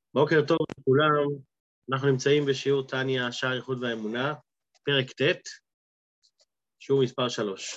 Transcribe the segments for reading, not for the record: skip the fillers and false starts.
בוקר טוב לכולם, אנחנו נמצאים בשיעור תניא, שער ייחוד והאמונה, פרק ט', שיעור מספר 3.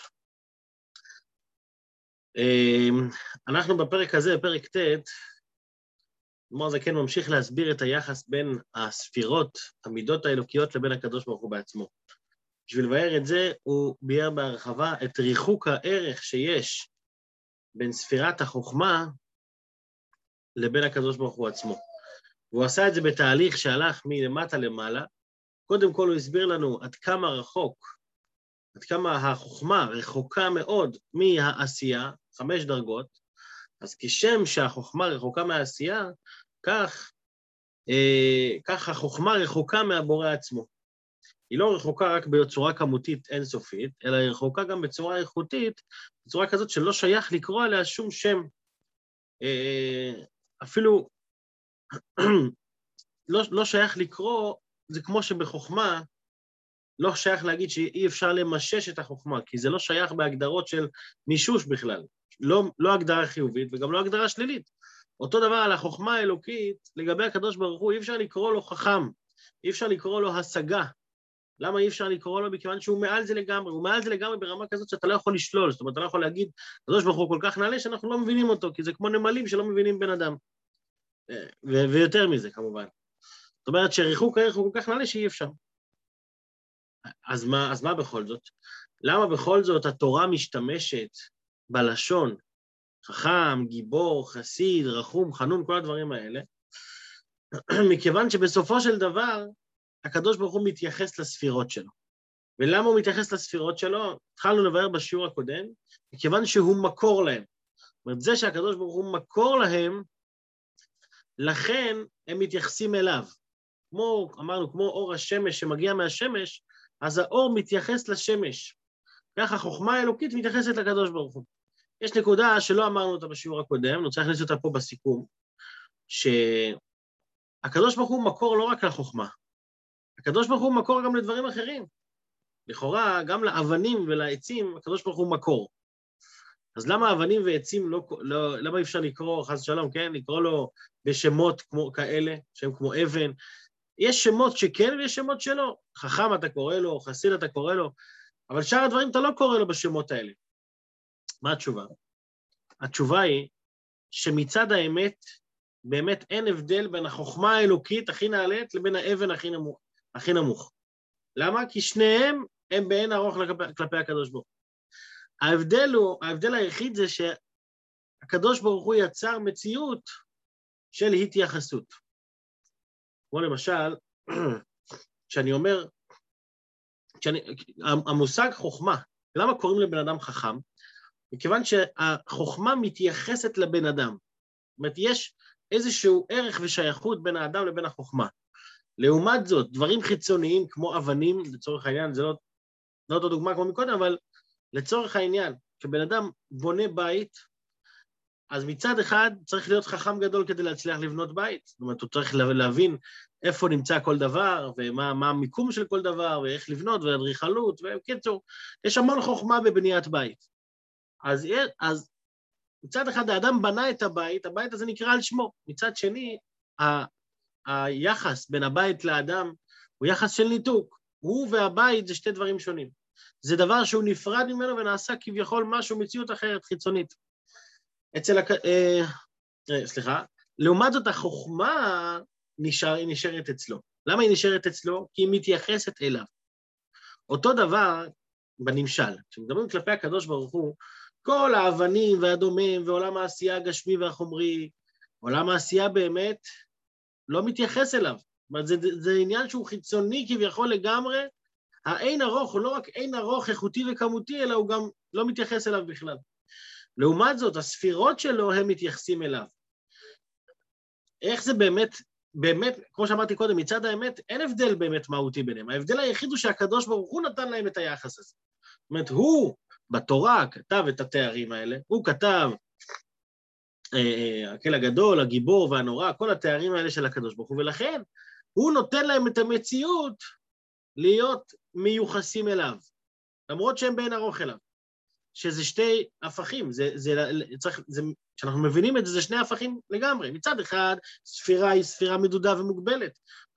אנחנו בפרק הזה, פרק ט', כלומר זה כן ממשיך להסביר את היחס בין הספירות, המידות האלוקיות לבין הקדוש ברוך הוא בעצמו. בשביל לבאר את זה, הוא ביאר בהרחבה את ריחוק הערך שיש בין ספירת החוכמה לבין הקדוש ברוך הוא עצמו. והוא עשה את זה בתהליך שהלך מלמטה למעלה. קודם כל הוא הסביר לנו עד כמה רחוק, עד כמה החוכמה רחוקה מאוד מהעשייה, 5 דרגות, אז כשם שהחוכמה רחוקה מהעשייה, כך החוכמה רחוקה מהבורא עצמו. היא לא רחוקה רק בצורה כמותית אינסופית, אלא היא רחוקה גם בצורה איכותית, בצורה כזאת שלא שייך לקרוא עליה שום שם. אפילו לא שייך לקרוא, זה כמו שבחוכמה, לא שייך להגיד שאי אפשר למשש את החוכמה, כי זה לא שייך בהגדרות של מישוש בכלל. לא הגדרה חיובית וגם לא הגדרה שלילית. אותו דבר על החוכמה האלוקית, לגבי הקדוש ברוך הוא, אי אפשר לקרוא לו חכם, אי אפשר לקרוא לו השגה. למה אי אפשר לקרוא לו? מכיוון שהוא מעל זה לגמרי, הוא מעל זה לגמרי ברמה כזאת שאתה לא יכול לשלול, זאת אומרת, אתה לא יכול להגיד, הקדוש ברוך הוא כל כך נעלה שאנחנו לא מבינים אותו, כי זה כמו נמלים שלא מבינים בן אדם. ויותר מזה, כמובן. זאת אומרת שריחוק הערך הוא כל כך נעלה שאי אפשר. אז מה בכל זאת? למה בכל זאת התורה משתמשת בלשון חכם, גיבור, חסיד, רחום, חנון, כל הדברים האלה? מכיוון שבסופו של דבר, הקדוש ברוך הוא מתייחס לספירות שלו. ולמה הוא מתייחס לספירות שלו? התחלנו לבאר בשיעור הקודם, מכיוון שהוא מקור להם. זאת אומרת, זה שהקדוש ברוך הוא מקור להם, לכן הם מתייחסים אליו. אמרנו, כמו אור השמש שמגיע מהשמש, אז האור מתייחס לשמש. כך החוכמה האלוקית מתייחסת לקדוש ברוך הוא. יש נקודה שלא אמרנו אותה בשיעור הקודם, אני רוצה להכניס אותה פה בסיכום, שהקדוש ברוך הוא מקור לא רק לחוכמה, הקדוש ברוך הוא מקור גם לדברים אחרים. לכאורה, גם לאבנים ולעצים, הקדוש ברוך הוא מקור. אז למה אבנים ועצים למה אי אפשר לקרוא, חס ושלום, כן? לקרוא לו בשמות כמו כאלה, שהם כמו אבן. יש שמות שכן ויש שמות שלא. חכם אתה קורא לו, חסיד אתה קורא לו, אבל שאר הדברים אתה לא קורא לו בשמות האלה. מה התשובה? התשובה היא שמצד האמת, באמת אין הבדל בין החוכמה האלוקית הכי נעלית לבין האבן הכי נמוך. למה? כי שניהם הם בעין ארוך כלפי הקדוש ברוך הוא. ההבדל היחיד זה שהקדוש ברוך הוא יצר מציאות של התייחסות. כמו למשל, כשאני אומר, המושג חוכמה, למה קוראים לבן אדם חכם? מכיוון שהחוכמה מתייחסת לבן אדם. זאת אומרת, יש איזשהו ערך ושייכות בין האדם לבין החוכמה. לעומת זאת, דברים חיצוניים כמו אבנים, לצורך העניין, זה לא אותו דוגמה כמו מקודם, אבל לצורך העניין, כשבן אדם בונה בית, אז מצד אחד צריך להיות חכם גדול כדי להצליח לבנות בית. זאת אומרת, הוא צריך להבין איפה נמצא כל דבר, ומה המיקום של כל דבר, ואיך לבנות, והאדריכלות, וקיצור, יש המון חוכמה בבניית בית. אז מצד אחד האדם בנה את הבית, הבית הזה נקרא על שמו. מצד שני, היחס בין הבית לאדם הוא יחס של ניתוק. הוא והבית זה שתי דברים שונים. זה דבר שהוא נפרד ממנו ונעשה כביכול משהו, מציאות אחרת, חיצונית. לעומת זאת החוכמה נשארת אצלו. למה היא נשארת אצלו? כי היא מתייחסת אליו. אותו דבר בנמשל. כשמדברים כלפי הקדוש ברוך הוא, כל האבנים והדומם ועולם העשייה הגשמי והחומרי, עולם העשייה באמת לא מתייחס אליו. זאת אומרת, זה עניין שהוא חיצוני כביכול לגמרי, האין ארוך הוא לא רק אין ארוך איכותי וכמותי, אלא הוא גם לא מתייחס אליו בכלל. לעומת זאת, הספירות שלו הם מתייחסים אליו. איך זה באמת, כמו שאמרתי קודם, מצד האמת, אין הבדל באמת מהותי ביניהם. ההבדל היחיד הוא שהקדוש ברוך הוא נתן להם את היחס הזה. זאת אומרת, הוא בתורה כתב את התארים האלה, הוא כתב הקהל הגדול, הגיבור והנורא, כל התארים האלה של הקדוש ברוך הוא, ולכן הוא נותן להם את המציאות להיות מיוחסים אליו, למרות שהם בעין ארוך אליו. שזה שתי הפכים, כשאנחנו מבינים את זה, זה שני הפכים לגמרי. מצד אחד, ספירה היא ספירה מדודה ומוגבלת.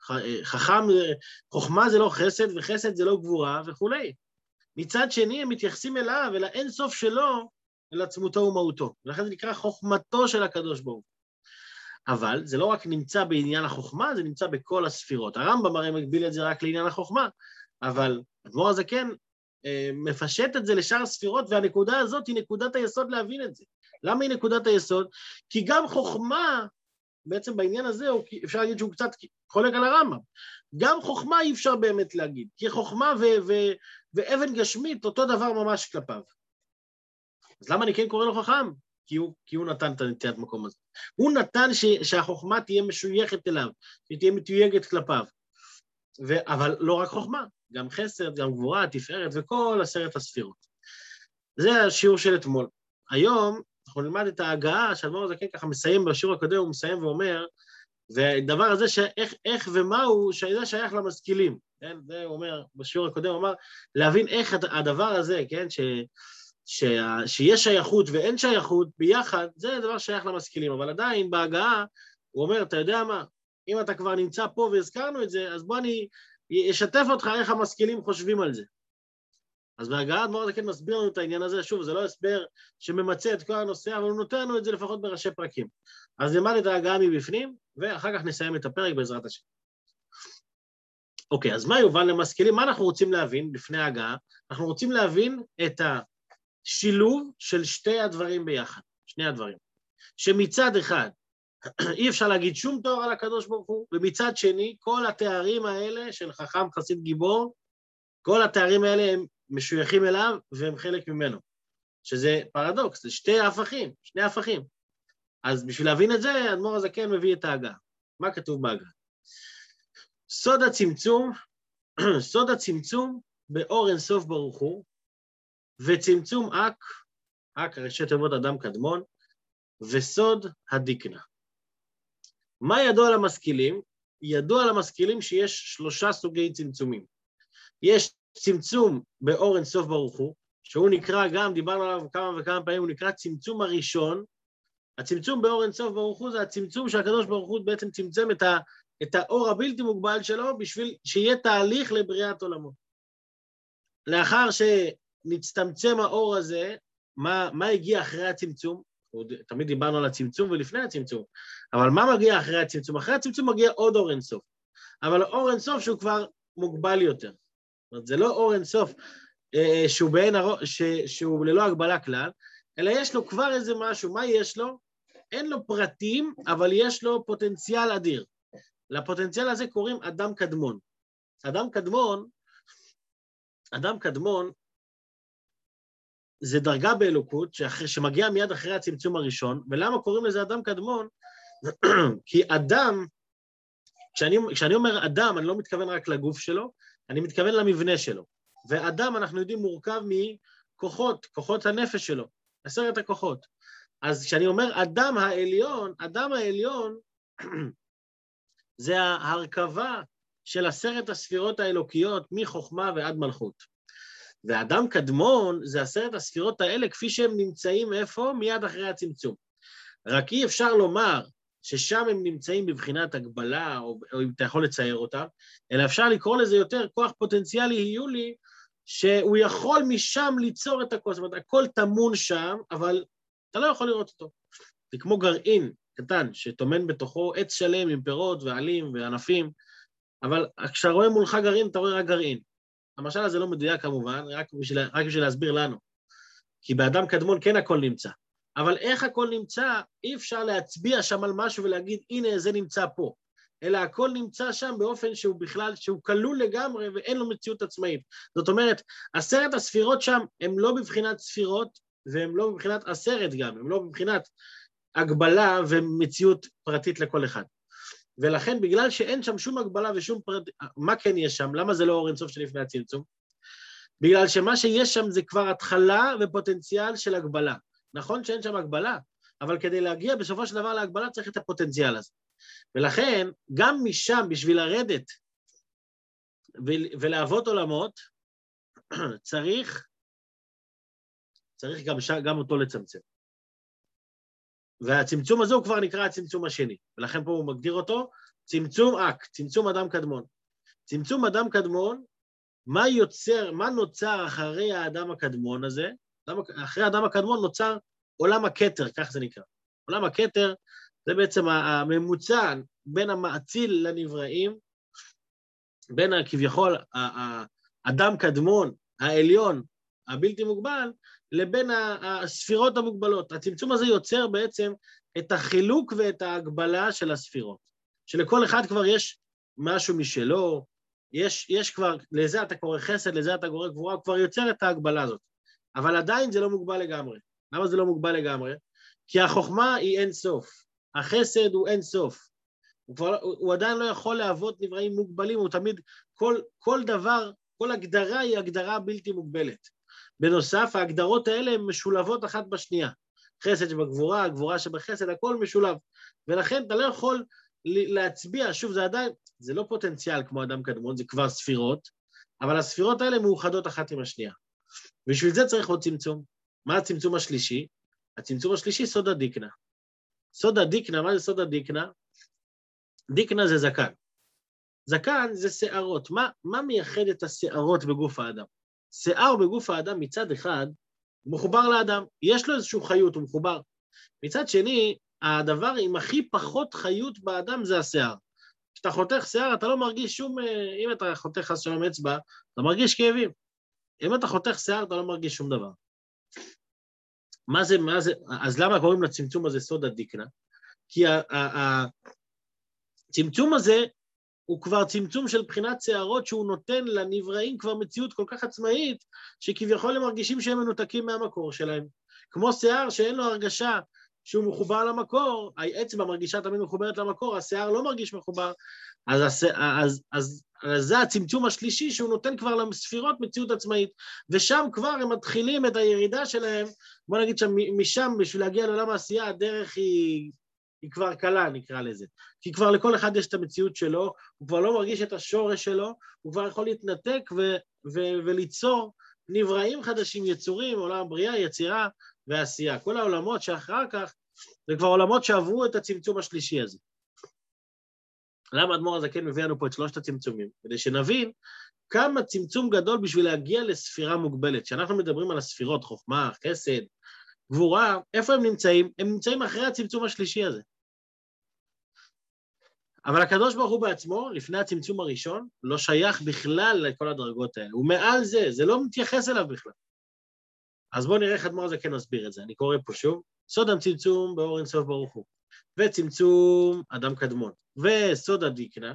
חוכמה זה לא חסד, וחסד זה לא גבורה וכולי. מצד שני, הם מתייחסים אליו, אל האינסוף שלו, אל עצמותו ומהותו. ולכן זה נקרא חוכמתו של הקדוש ברוך הוא. אבל זה לא רק נמצא בעניין החוכמה, זה נמצא בכל הספירות. הרמב"ם הרי מגביל את זה רק לעניין החוכמה, אבל אדמו"ר הזקן מפשט את זה לשאר הספירות, והנקודה הזאת היא נקודת היסוד להבין את זה. למה היא נקודת היסוד? כי גם חוכמה, בעצם בעניין הזה, אפשר להגיד שהוא קצת חולק על הרמב"ם. גם חוכמה אי אפשר באמת להגיד, כי חוכמה ואבן גשמית אותו דבר ממש כלפיו. אז למה אני כן קורא לו חכם? כי הוא נתן את הנטיית מקום הזה. הוא נתן שהחוכמה תהיה משויכת אליו, שהיא תהיה מתויגת כלפיו. אבל לא רק חוכמה, גם חסד, גם גבורה, תפארת וכל 10 הספירות. זה השיעור של אתמול. היום אנחנו נלמד את ההגעה, שהאדמו"ר הזקן ככה מסיים בשיעור הקודם, הוא מסיים ואומר, והדבר הזה שאיך ומהו, שזה שייך למשכילים. כן? זה הוא אומר, בשיעור הקודם הוא אמר, להבין איך הדבר הזה, כן? שיש שייכות ואין שייכות ביחד, זה דבר שייך למשכילים, אבל עדיין בהגעה הוא אומר, אתה יודע מה, אם אתה כבר נמצא פה והזכרנו את זה, אז בוא אני אשתף אותך איך המשכילים חושבים על זה. אז בהגעה האדמו"ר הזקן מסביר לנו את העניין הזה, שוב, זה לא הסבר שממצה את כל הנושא, אבל הוא נותן לנו את זה לפחות בראשי פרקים. אז נלמד את ההגעה מבפנים, ואחר כך נסיים את הפרק בעזרת השם. אוקיי, אז מה יובן למשכילים? מה אנחנו רוצים להבין לפני ההגעה? אנחנו רוצים להבין את השילוב של שתי הדברים ביחד, שני הדברים. שמצד אחד, אי אפשר להגיד שום תואר על הקדוש ברוך הוא, ומצד שני, כל התארים האלה של חכם, חסיד, גיבור, כל התארים האלה הם משויכים אליו והם חלק ממנו. שזה פרדוקס, זה שני הפכים. אז בשביל להבין את זה, האדמו"ר הזקן מביא את ההגעה. מה כתוב בהגעה? סוד הצמצום באור אין סוף ברוך הוא, וצמצום אק ראשי תיבות אדם קדמון, וסוד הדיקנה. מה ידוע למשכילים? ידוע למשכילים שיש 3 סוגי צמצומים. יש צמצום באור אין סוף ברוך הוא, שהוא נקרא גם, דיברנו עליו כמה וכמה פעמים, הוא נקרא צמצום הראשון. הצמצום באור אין סוף ברוך הוא זה הצמצום שהקדוש ברוך הוא בעצם צמצם את האור הבלתי מוגבל שלו, בשביל שיהיה תהליך לבריאת עולמו. לאחר שנצטמצם האור הזה, מה הגיע אחרי הצמצום? תמיד דיברנו על הצמצום ולפני הצמצום, אבל מה מגיע אחרי הצמצום? אחרי הצמצום מגיע עוד אור אין סוף, אבל אור אין סוף שהוא כבר מוגבל יותר. זאת אומרת, זה לא אור אין סוף שהוא ללא הגבלה כלל, אלא יש לו כבר איזה משהו. מה יש לו? אין לו פרטים, אבל יש לו פוטנציאל אדיר. לפוטנציאל הזה קוראים אדם קדמון. אדם קדמון זה דרגה באלוקות שמגיעה מיד אחרי הצמצום הראשון, ולמה קוראים לזה אדם קדמון? כי אדם, כשאני אומר אדם, אני לא מתכוון רק לגוף שלו, אני מתכוון למבנה שלו. ואדם, אנחנו יודעים, מורכב כוחות הנפש שלו, 10 הכוחות. אז כשאני אומר אדם העליון, זה ההרכבה של 10 הספירות האלוקיות מחוכמה ועד מלכות. ואדם קדמון זה 10 הספירות האלה כפי שהם נמצאים איפה? מיד אחרי הצמצום. רק אי אפשר לומר ששם הם נמצאים בבחינת הגבלה, או אם אתה יכול לצייר אותם, אלא אפשר לקרוא לזה יותר כוח פוטנציאלי היולי, שהוא יכול משם ליצור את הכל. זאת אומרת, הכל תמון שם, אבל אתה לא יכול לראות אותו. זה כמו גרעין קטן, שתומן בתוכו עץ שלם עם פירות ועלים וענפים, אבל כשאתה רואה מולך גרעין, אתה רואה רק גרעין. המשל הזה לא מדויק כמובן, רק בשביל להסביר לנו. כי באדם קדמון כן הכל נמצא. אבל איך הכל נמצא, אי אפשר להצביע שם על משהו ולהגיד, הנה זה נמצא פה. אלא הכל נמצא שם באופן שהוא בכלל, שהוא כלול לגמרי ואין לו מציאות עצמאית. זאת אומרת, 10 הספירות שם הם לא בבחינת ספירות, והם לא בבחינת 10 גם, הם לא בבחינת הגבלה ומציאות פרטית לכל אחד. ולכן, בגלל שאין שם שום הגבלה ושום מה כן יש שם? למה זה לא אור אין סוף שלפני הצמצום? בגלל שמה שיש שם זה כבר התחלה ופוטנציאל של הגבלה. נכון שאין שם הגבלה, אבל כדי להגיע בסופו של דבר להגבלה צריך את הפוטנציאל הזה. ולכן, גם משם, בשביל לרדת ולהוות עולמות, צריך צריך גם אותו לצמצם. והצמצום הזה הוא כבר נקרא הצמצום השני, ולכן פה הוא מגדיר אותו, צמצום אדם קדמון. צמצום אדם קדמון, מה נוצר אחרי האדם הקדמון הזה? אחרי האדם הקדמון נוצר עולם הכתר, כך זה נקרא. עולם הכתר זה בעצם הממוצע בין המאציל לנבראים, בין כביכול האדם קדמון, העליון, הבלתי מוגבל, לבין הספירות המוגבלות. הצמצום הזה יוצר בעצם את החילוק ואת ההגבלה של הספירות, שלכל אחד כבר יש משהו משלו, יש כבר, לזה אתה קורא חסד, לזה אתה קורא גבורה, הוא כבר יוצר את ההגבלה הזאת. אבל עדיין זה לא מוגבל לגמרי. למה זה לא מוגבל לגמרי? כי החוכמה היא אין סוף, החסד הוא אין סוף. הוא עדיין לא יכול להוות נבראים מוגבלים, הוא תמיד, כל דבר, כל הגדרה היא הגדרה בלתי מוגבלת. בנוסף, ההגדרות האלה הן משולבות אחת בשנייה. חסד שבגבורה, הגבורה שבחסד, הכל משולב. ולכן אתה לא יכול להצביע, שוב, זה עדיין, זה לא פוטנציאל כמו אדם קדמון, זה כבר ספירות, אבל הספירות האלה מאוחדות אחת עם השנייה. בשביל זה צריך עוד צמצום. מה הצמצום השלישי? הצמצום השלישי, סוד הדיקנה. סוד הדיקנה, מה זה סוד הדיקנה? דיקנה זה זקן. זקן זה שערות. מה מייחד את השערות בגוף האדם? שיער בגוף האדם מצד אחד מחובר לאדם, יש לו איזשהו חיות, הוא מחובר. מצד שני, הדבר עם הכי פחות חיות באדם זה השיער. כשאתה חותך שיער, אתה לא מרגיש שום, אם אתה חותך אז שלום אצבע, אתה מרגיש כאבים. אם אתה חותך שיער, אתה לא מרגיש שום דבר. מה זה? אז למה קוראים לצמצום הזה סוד הדיקנה? כי הצמצום הזה הוא כבר צמצום של בחינת שערות שהוא נותן לנבראים כבר מציאות כל כך עצמאית, שכביכול הם מרגישים שהם מנותקים מהמקור שלהם. כמו שיער שאין לו הרגשה שהוא מחובר למקור, האצבע מרגישה תמיד מחוברת למקור, השיער לא מרגיש מחובר, אז זה הצמצום השלישי שהוא נותן כבר לספירות מציאות עצמאית, ושם כבר הם מתחילים את הירידה שלהם, בוא נגיד שמשם בשביל להגיע לעולם העשייה, הדרך היא כבר קלה, נקרא לזה. כי כבר לכל אחד יש את המציאות שלו, הוא כבר לא מרגיש את השורש שלו, הוא כבר יכול להתנתק וליצור נבראים חדשים, יצורים, עולם הבריאה, יצירה ועשייה. כל העולמות שאחר כך, זה כבר עולמות שעברו את הצמצום השלישי הזה. למה אדמו"ר הזקן מביא לנו פה את שלושת הצמצומים? כדי שנבין כמה צמצום גדול בשביל להגיע לספירה מוגבלת. כשאנחנו מדברים על הספירות, חוכמה, חסד, גבורה, איפה הם נמצאים? הם נמצאים אחרי הצמצום השלישי הזה. אבל הקדוש ברוך הוא בעצמו, לפני הצמצום הראשון, לא שייך בכלל לכל הדרגות האלה. הוא מעל זה, זה לא מתייחס אליו בכלל. אז בואו נראה איך אדמו"ר הזקן מסביר את זה. אני קורא פה שוב. סוד הצמצום באור אין סוף ברוך הוא. וצמצום אדם קדמון. וסוד הדיקנה,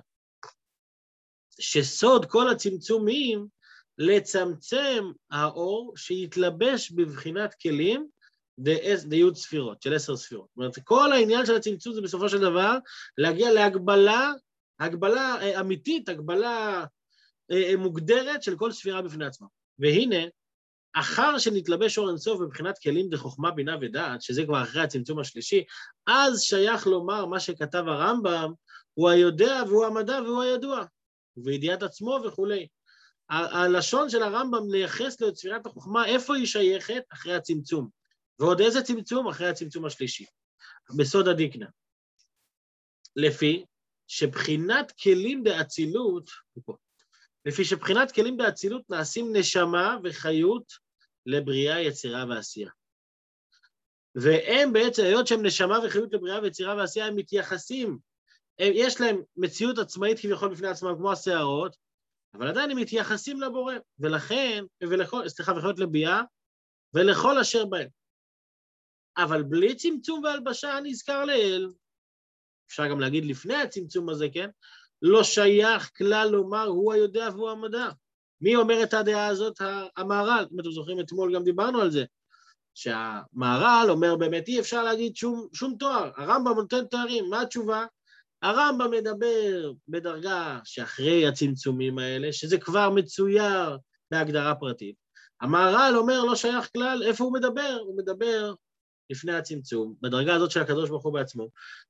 שסוד כל הצמצומים לצמצם האור שיתלבש בבחינת כלים דיוד ספירות, של 10 ספירות. זאת אומרת, כל העניין של הצמצום זה בסופו של דבר להגיע להגבלה, הגבלה אמיתית, הגבלה מוגדרת של כל ספירה בפני עצמה. והנה, אחר שנתלבש אור אינסוף בבחינת כלים דחוכמה בינה ודעת, שזה כבר אחרי הצמצום השלישי, אז שייך לומר מה שכתב הרמב"ם, הוא היודע והוא המדע והוא הידוע, ובידיעת עצמו וכולי. הלשון של הרמב"ם לייחס לו את ספירת החוכמה, איפה היא שייכת? אחרי הצמצום. ועוד איזה צמצום? אחרי הצמצום השלישי. בסוד הדיקנה. לפי שבחינת כלים דאצילות, לפי שבחינת כלים דאצילות נעשים נשמה וחיות לבריאה, יצירה ועשייה. והם בעצם, היות שהם נשמה וחיות לבריאה ויצירה ועשייה, הם מתייחסים, יש להם מציאות עצמאית כביכול בפני עצמם כמו השערות, אבל עדיין הם מתייחסים לבורא, ולכן, וחיות לביאה, ולכל אשר בהם. אבל בלי צמצום והלבשה נזכר לאל, אפשר גם להגיד לפני הצמצום הזה, כן? לא שייך כלל לומר, הוא היודע והוא המדע. מי אומר את הדעה הזאת? המהר"ל. אם אתם זוכרים, אתמול גם דיברנו על זה, שהמהר"ל אומר באמת אי אפשר להגיד שום תואר, הרמב"ם נותן תוארים, מה התשובה? הרמב"ם מדבר בדרגה שאחרי הצמצומים האלה, שזה כבר מצויר בהגדרה פרטית. המהר"ל אומר לא שייך כלל, איפה הוא מדבר? הוא מדבר לפני הצמצום, בדרגה הזאת של הקדוש ברוך הוא בעצמו.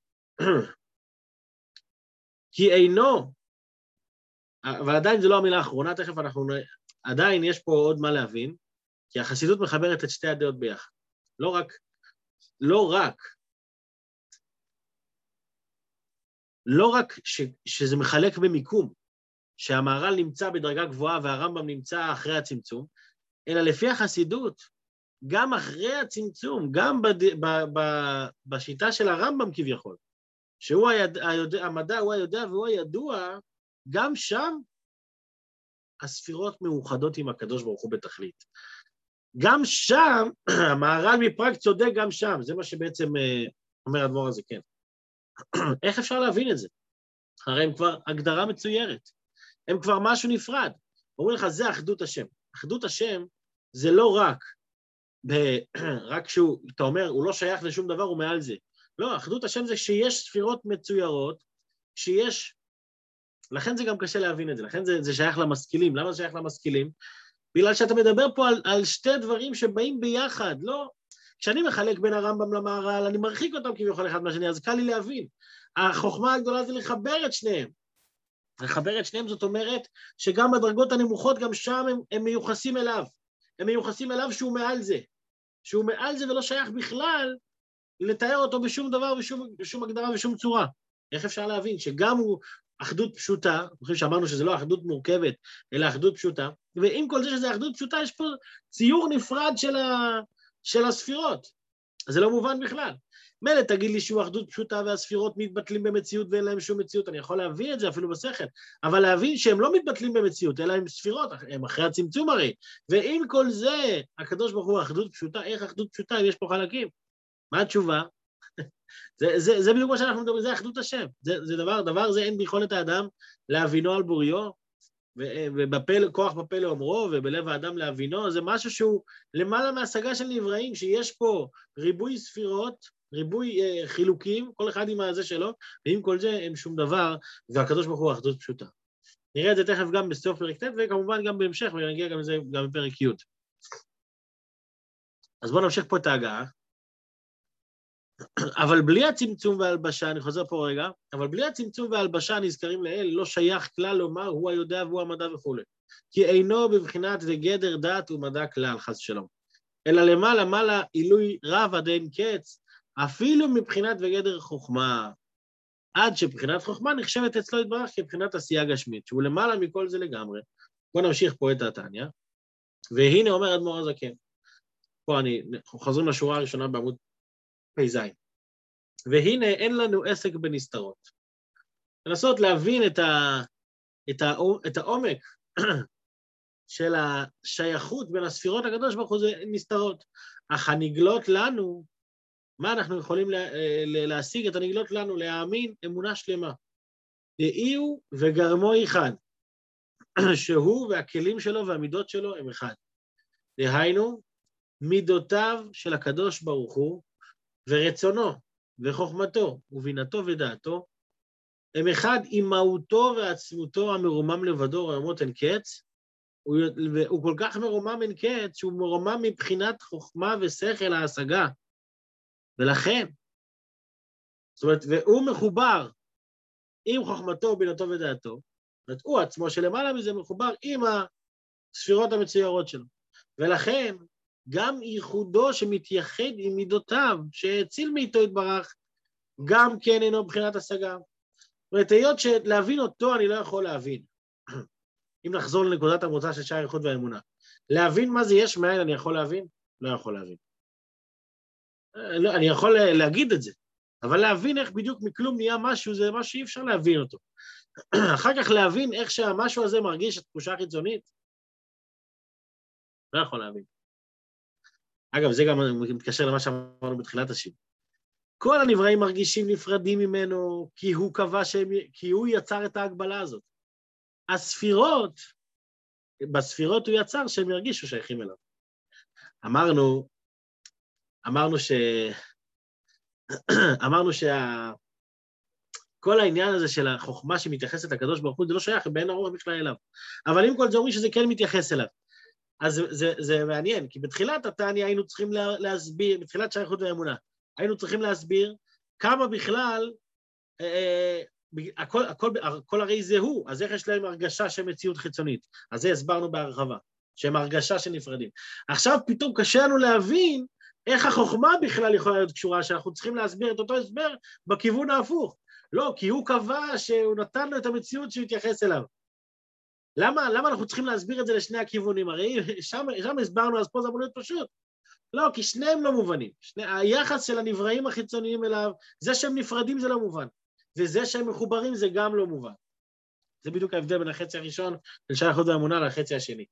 כי אינו, אבל עדיין זה לא המילה האחרונה, תכף אנחנו, עדיין יש פה עוד מה להבין, כי החסידות מחברת את שתי הדעות ביחד. לא רק שזה מחלק במיקום, שהמהר"ל נמצא בדרגה גבוהה והרמב"ם נמצא אחרי הצמצום, אלא לפי החסידות, גם אחרי הצמצום, גם בשיטה של הרמב"ם כביכול, שהוא המדע, הוא היודע והוא הידוע, גם שם הספירות מאוחדות עם הקדוש ברוך הוא בתכלית. גם שם, המהר"ל מפראג צודק גם שם, זה מה שבעצם אומר האדמו"ר הזה, כן. איך אפשר להבין את זה? הרי הם כבר הגדרה מצוירת, הם כבר משהו נפרד. אומרים לך, זה אחדות השם. אחדות השם זה לא רק שהוא, אתה אומר, הוא לא שייך לשום דבר, הוא מעל זה. לא, אחדות השם זה שיש ספירות מצוירות, לכן זה גם קשה להבין את זה, לכן זה שייך למשכילים. למה זה שייך למשכילים? בגלל שאתה מדבר פה על שתי דברים שבאים ביחד, לא? כשאני מחלק בין הרמב"ם למהר"ל, אני מרחיק אותם כביכול אחד מהשני, אז קל לי להבין. החוכמה הגדולה זה לחבר את שניהם. לחבר את שניהם זאת אומרת שגם בדרגות הנמוכות, גם שם הם מיוחסים אליו. הם מיוחסים אליו שהוא מעל זה. שהוא מעל זה ולא שייך בכלל לתאר אותו בשום דבר, בשום הגדרה, בשום צורה. איך אפשר להבין שגם הוא אחדות פשוטה, אני חושב שאמרנו שזה לא אחדות מורכבת, אלא אחדות פשוטה, ועם כל זה שזה אחדות פשוטה, יש פה ציור נפרד של הספירות. אז זה לא מובן בכלל. מילא תגיד לי שהוא אחדות פשוטה והספירות מתבטלים במציאות ואין להם שום מציאות, אני יכול להבין את זה אפילו בשכל, אבל להבין שהם לא מתבטלים במציאות, אלא הם ספירות, הם אחרי הצמצום הרי, ועם כל זה, הקדוש ברוך הוא אחדות פשוטה, איך אחדות פשוטה אם יש פה חלקים? מה התשובה? זה בדיוק מה שאנחנו מדברים, זה אחדות השם, זה דבר זה אין ביכולת האדם להבינו על בוריו, וכוח בפה לאומרו, ובלב האדם להבינו, זה משהו שהוא למעלה מהשגה של נבראים, שיש פה ריבוי ספירות, ריבוי חילוקים, כל אחד עם הזה שלו, ועם כל זה אין שום דבר, והקדוש ברוך הוא אחדות פשוטה. נראה את זה תכף גם בסוף פרק ט', וכמובן גם בהמשך, ונגיע גם לזה גם בפרק י'. אז בואו נמשיך פה את ההגעה. אבל בלי הצמצום וההלבשה, אני חוזר פה רגע, אבל בלי הצמצום וההלבשה נזכרים לאל, לא שייך כלל לומר, הוא היודע והוא המדע וכו'. כי אינו בבחינת וגדר דת ומדע כלל, חס שלום. אלא למעלה עילוי רב עד אין קץ, אפילו מבחינת וגדר חוכמה, עד שבחינת חוכמה נחשבת אצלו יתברך כבחינת עשייה גשמית, שהוא למעלה מכל זה לגמרי. בואו נמשיך פה את התניא, והנה אומר האדמו"ר הזקן. פה חוזרים לשורה הראשונה בעמוד פ"ז. והנה אין לנו עסק בנסתרות. לנסות להבין את העומק של השייכות בין הספירות הקדוש ברוך הוא זה נסתרות. אך הנגלות לנו, מה אנחנו יכולים להשיג את הנגלות לנו? להאמין אמונה שלמה. דאיהו וגרמו אחד, שהוא והכלים שלו והמידות שלו הם אחד. דהיינו, מידותיו של הקדוש ברוך הוא, ורצונו, וחוכמתו, ובינתו ודעתו, הם אחד עם מהותו ועצמותו המרומם לבדו, רמות אין קץ, הוא כל כך מרומם אין קץ, שהוא מרומם מבחינת חוכמה ושכל ההשגה, ולכן, זאת אומרת, והוא מחובר עם חוכמתו, בינתו ודעתו, זאת אומרת, הוא עצמו שלמעלה מזה מחובר עם הספירות המצוירות שלו, ולכן, גם ייחודו שמתייחד עם מידותיו, שהציל מאיתו יתברך, גם כן אינו בחינת השגה. זאת אומרת, היות שלהבין אותו אני לא יכול להבין. אם נחזור לנקודת המוצא של שער הייחוד והאמונה. להבין מה זה יש מאין אני יכול להבין? לא יכול להבין. אני יכול להגיד את זה, אבל להבין איך בדיוק מכלום נהיה משהו, זה משהו שאי אפשר להבין אותו. אחר כך להבין איך שהמשהו הזה מרגיש את תחושה חיצונית, לא יכול להבין. אגב, זה גם מתקשר למה שאמרנו בתחילת השיעור. כל הנבראים מרגישים נפרדים ממנו, כי הוא יצר את ההגבלה הזאת. בספירות הוא יצר שהם ירגישו שייכים אליו. אמרנו כל העניין הזה של החוכמה שמתייחסת לקדוש ברוך הוא, זה לא שייך בין הרוב בכלל אליו. אבל עם כל זה אומרים שזה כן מתייחס אליו. אז זה מעניין, כי בתחילת התניא היינו צריכים להסביר, בתחילת שער הייחוד והאמונה, היינו צריכים להסביר כמה בכלל, הכל הרי זה הוא, אז איך יש להם הרגשה של מציאות חיצונית? אז זה הסברנו בהרחבה, שהם הרגשה שנפרדים. עכשיו פתאום קשה לנו להבין איך החוכמה בכלל יכולה להיות קשורה, שאנחנו צריכים להסביר את אותו הסבר בכיוון ההפוך. לא, כי הוא קבע שהוא נתן לו את המציאות שהוא התייחס אליו. למה אנחנו צריכים להסביר את זה לשני הכיוונים? הרי שם הסברנו, אז פה זה אמור להיות פשוט. לא, כי שניהם לא מובנים. היחס של הנבראים החיצוניים אליו, זה שהם נפרדים זה לא מובן, וזה שהם מחוברים זה גם לא מובן. זה בדיוק ההבדל בין החצי הראשון, בין שייכות והאמונה לחצי השני.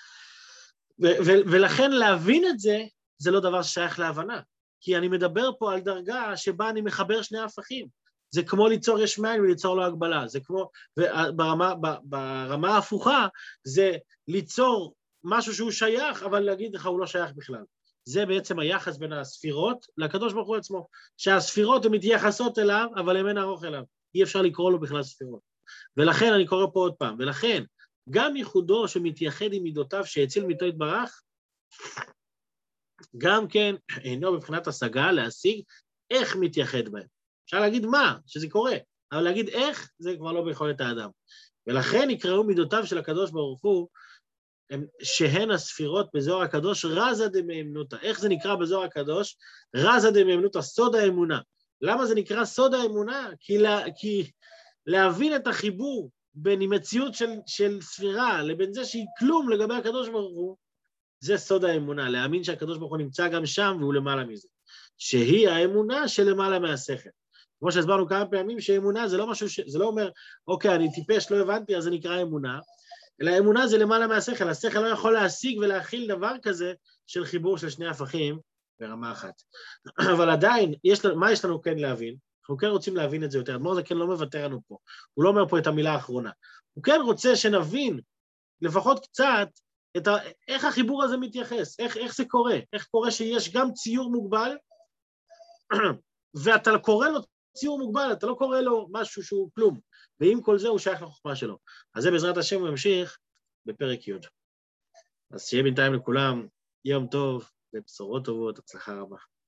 ולכן להבין את זה, זה לא דבר ששייך להבנה. כי אני מדבר פה על דרגה שבה אני מחבר שני הפכים. זה כמו ליצור יש מאין וליצור לו הגבלה. זה כמו, ברמה ההפוכה, זה ליצור משהו שהוא שייך, אבל להגיד לך הוא לא שייך בכלל. זה בעצם היחס בין הספירות לקדוש ברוך הוא עצמו. שהספירות הן מתייחסות אליו, אבל הן אין ערוך אליו. אי אפשר לקרוא לו בכלל ספירות. ולכן אני קורא פה עוד פעם, ולכן גם ייחודו שמתייחד עם מידותיו שהציל מיתו יתברך, גם כן אינו בבחינת השגה להשיג איך מתייחד בהם. אפשר להגיד מה, שזה קורה, אבל להגיד איך, זה כבר לא ביכולת האדם. ולכן יקראו מידותיו של הקדוש ברוך הוא, שהן הספירות בזוהר הקדוש, רזה דמאמנותא. איך זה נקרא בזוהר הקדוש? רזה דמאמנותא, סוד האמונה. למה זה נקרא סוד האמונה? כי להבין את החיבור בין מציאות של ספירה לבין זה שהיא כלום לגבי הקדוש ברוך הוא, זה סוד האמונה, להאמין שהקדוש ברוך הוא נמצא גם שם והוא למעלה מזה. שהיא האמונה שלמעלה מהשכל. כמו שהסברנו כמה פעמים שאמונה זה לא משהו, זה לא אומר, אוקיי, אני טיפש, לא הבנתי, אז זה נקרא אמונה, אלא אמונה זה למעלה מהשכל, השכל לא יכול להשיג ולהכיל דבר כזה של חיבור של שני הפכים ברמה אחת. אבל עדיין, מה יש לנו כן להבין? אנחנו כן רוצים להבין את זה יותר, אדמו"ר זקן לא מוותר לנו פה, הוא לא אומר פה את המילה האחרונה, הוא כן רוצה שנבין לפחות קצת איך החיבור הזה מתייחס, איך זה קורה, איך קורה שיש גם ציור מוגבל, ואתה קורא לו ציור מוגבל, אתה לא קורא לו משהו שהוא כלום, ועם כל זה הוא שייך לחוכמה שלו. אז זה בעזרת השם הוא ימשיך בפרק י'. אז שיהיה בינתיים לכולם יום טוב ובשורות טובות, הצלחה רבה.